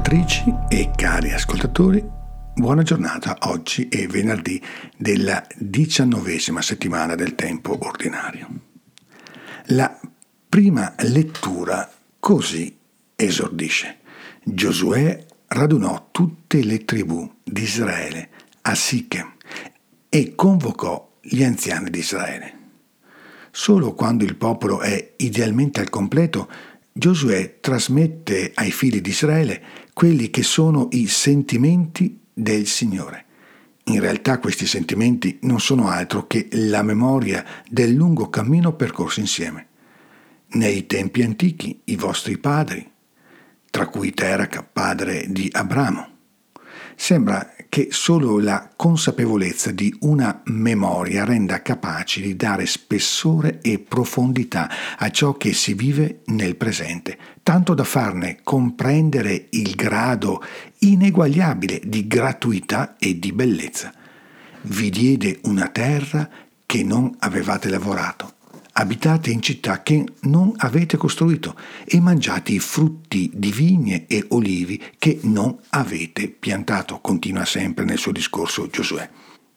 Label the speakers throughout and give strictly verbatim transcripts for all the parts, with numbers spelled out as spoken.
Speaker 1: ascoltatrici e cari ascoltatori, buona giornata. Oggi è venerdì della diciannovesima settimana del tempo ordinario. La prima lettura così esordisce. Giosuè radunò tutte le tribù di Israele a Sichem e convocò gli anziani di Israele. Solo quando il popolo è idealmente al completo, Giosuè trasmette ai figli di Israele quelli che sono i sentimenti del Signore. In realtà questi sentimenti non sono altro che la memoria del lungo cammino percorso insieme. Nei tempi antichi i vostri padri, tra cui Teraca, padre di Abramo. Sembra che solo la consapevolezza di una memoria renda capaci di dare spessore e profondità a ciò che si vive nel presente, tanto da farne comprendere il grado ineguagliabile di gratuità e di bellezza. Vi diede una terra che non avevate lavorato. Abitate in città che non avete costruito e mangiate i frutti di vigne e olivi che non avete piantato, continua sempre nel suo discorso Giosuè.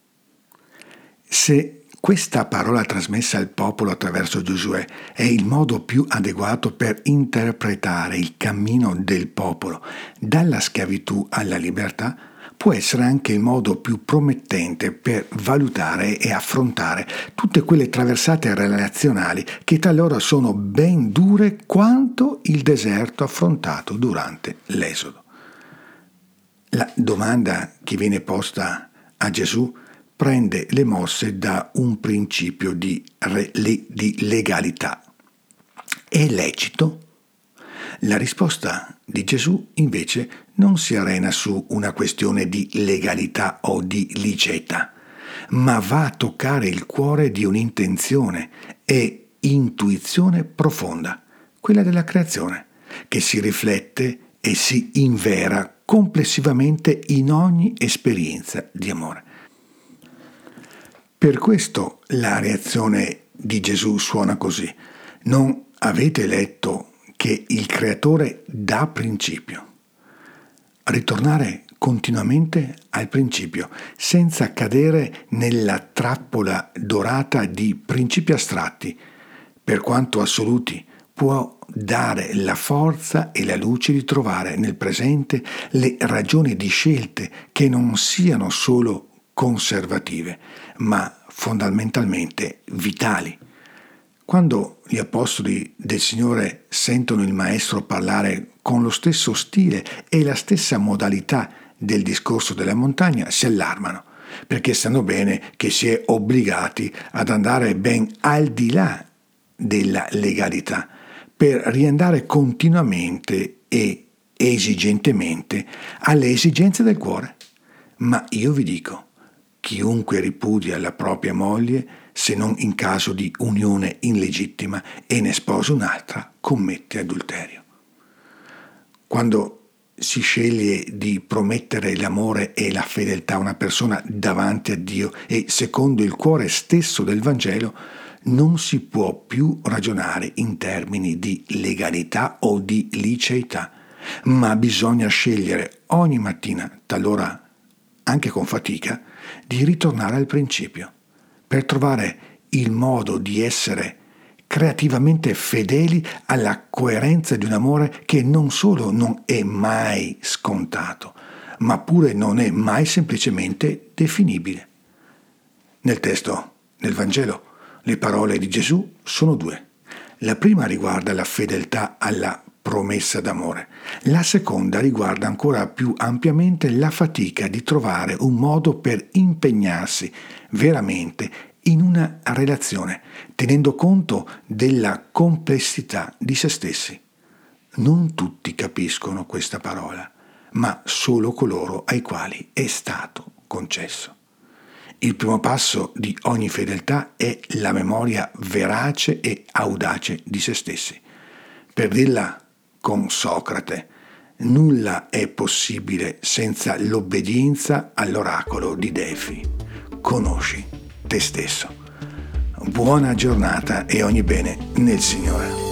Speaker 1: Se questa parola trasmessa al popolo attraverso Giosuè è il modo più adeguato per interpretare il cammino del popolo dalla schiavitù alla libertà, può essere anche il modo più promettente per valutare e affrontare tutte quelle traversate relazionali che talora sono ben dure quanto il deserto affrontato durante l'Esodo. La domanda che viene posta a Gesù prende le mosse da un principio di, re, di legalità. È lecito? La risposta di Gesù invece non si arena su una questione di legalità o di liceità, ma va a toccare il cuore di un'intenzione e intuizione profonda, quella della creazione, che si riflette e si invera complessivamente in ogni esperienza di amore. Per questo la reazione di Gesù suona così: non avete letto che il creatore dà principio? Ritornare continuamente al principio, senza cadere nella trappola dorata di principi astratti, per quanto assoluti, può dare la forza e la luce di trovare nel presente le ragioni di scelte che non siano solo conservative, ma fondamentalmente vitali. Quando gli apostoli del Signore sentono il Maestro parlare con lo stesso stile e la stessa modalità del discorso della montagna, si allarmano, perché sanno bene che si è obbligati ad andare ben al di là della legalità, per riandare continuamente e esigentemente alle esigenze del cuore. Ma io vi dico, chiunque ripudia la propria moglie, se non in caso di unione illegittima, e ne sposa un'altra, commette adulterio. Quando si sceglie di promettere l'amore e la fedeltà a una persona davanti a Dio e secondo il cuore stesso del Vangelo, non si può più ragionare in termini di legalità o di liceità, ma bisogna scegliere ogni mattina, talora anche con fatica, di ritornare al principio, per trovare il modo di essere creativamente fedeli alla coerenza di un amore che non solo non è mai scontato, ma pure non è mai semplicemente definibile. Nel testo, nel Vangelo, le parole di Gesù sono due. La prima riguarda la fedeltà alla promessa d'amore. La seconda riguarda ancora più ampiamente la fatica di trovare un modo per impegnarsi veramente in una relazione, tenendo conto della complessità di se stessi. Non tutti capiscono questa parola, ma solo coloro ai quali è stato concesso. Il primo passo di ogni fedeltà è la memoria verace e audace di se stessi. Per dirla con Socrate, nulla è possibile senza l'obbedienza all'oracolo di Delfi. Conosci te stesso. Buona giornata e ogni bene nel Signore.